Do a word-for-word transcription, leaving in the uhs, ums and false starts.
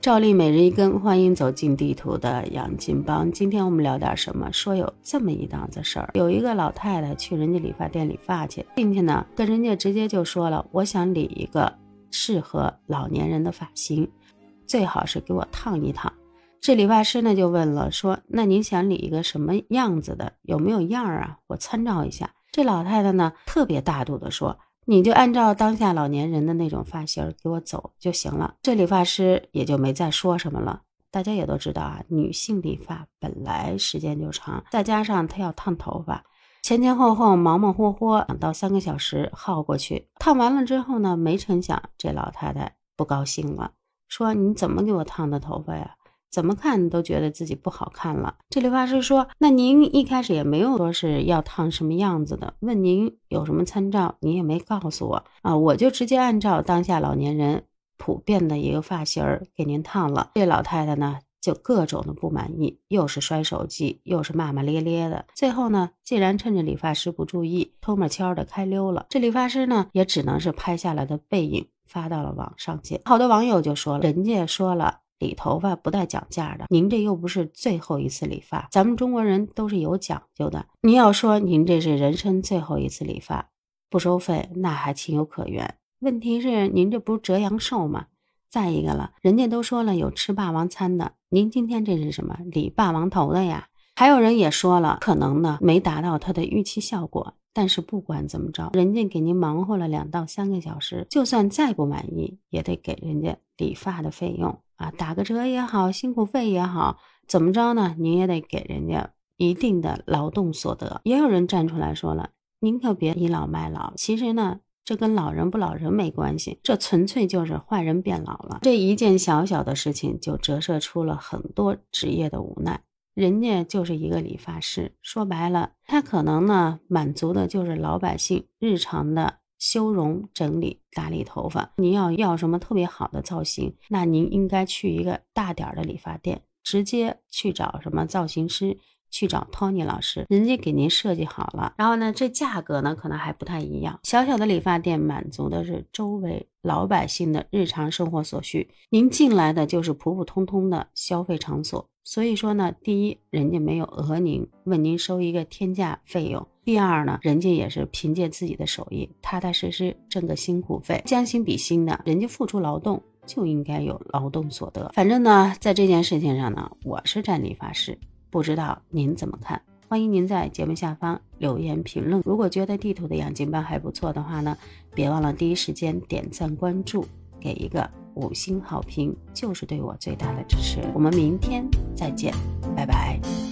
照例每日一根，欢迎走进地图的养金帮。今天我们聊点什么？说有这么一档子事儿，有一个老太太去人家理发店理发去，并且呢跟人家直接就说了，我想理一个适合老年人的发型，最好是给我烫一烫。这理发师呢就问了，说那您想理一个什么样子的，有没有样啊，我参照一下。这老太太呢特别大度的说，你就按照当下老年人的那种发型给我走就行了。这理发师也就没再说什么了。大家也都知道啊，女性理发本来时间就长，再加上她要烫头发，前前后后忙忙活活两到三个小时耗过去。烫完了之后呢，没成想这老太太不高兴了，说你怎么给我烫的头发呀？怎么看都觉得自己不好看了。这理发师说，那您一开始也没有说是要烫什么样子的，问您有什么参照，您也没告诉我啊，我就直接按照当下老年人普遍的一个发型给您烫了。这老太太呢就各种的不满意，又是摔手机，又是骂骂咧咧的。最后呢，既然趁着理发师不注意，偷摸悄的开溜了。这理发师呢也只能是拍下来的背影发到了网上去。好多网友就说了，人家说了理头发不带讲价的，您这又不是最后一次理发，咱们中国人都是有讲究的。您要说您这是人生最后一次理发，不收费，那还情有可原。问题是您这不是折阳寿吗？再一个了，人家都说了有吃霸王餐的，您今天这是什么理霸王头的呀？还有人也说了，可能呢没达到他的预期效果，但是不管怎么着，人家给您忙活了两到三个小时，就算再不满意，也得给人家理发的费用啊，打个折也好，辛苦费也好，怎么着呢？您也得给人家一定的劳动所得。也有人站出来说了，您可别倚老卖老，其实呢这跟老人不老人没关系，这纯粹就是坏人变老了。这一件小小的事情就折射出了很多职业的无奈。人家就是一个理发师，说白了他可能呢满足的就是老百姓日常的修容整理打理头发。您要要什么特别好的造型，那您应该去一个大点的理发店，直接去找什么造型师，去找 Tony 老师，人家给您设计好了。然后呢这价格呢可能还不太一样，小小的理发店满足的是周围老百姓的日常生活所需，您进来的就是普普通通的消费场所。所以说呢，第一，人家没有讹您，问您收一个天价费用；第二呢，人家也是凭借自己的手艺，踏踏实实挣个辛苦费，将心比心的，人家付出劳动就应该有劳动所得。反正呢，在这件事情上呢，我是站理发师，不知道您怎么看？欢迎您在节目下方留言评论。如果觉得地图的养金班还不错的话呢，别忘了第一时间点赞关注，给一个五星好评，就是对我最大的支持。我们明天再见，拜拜。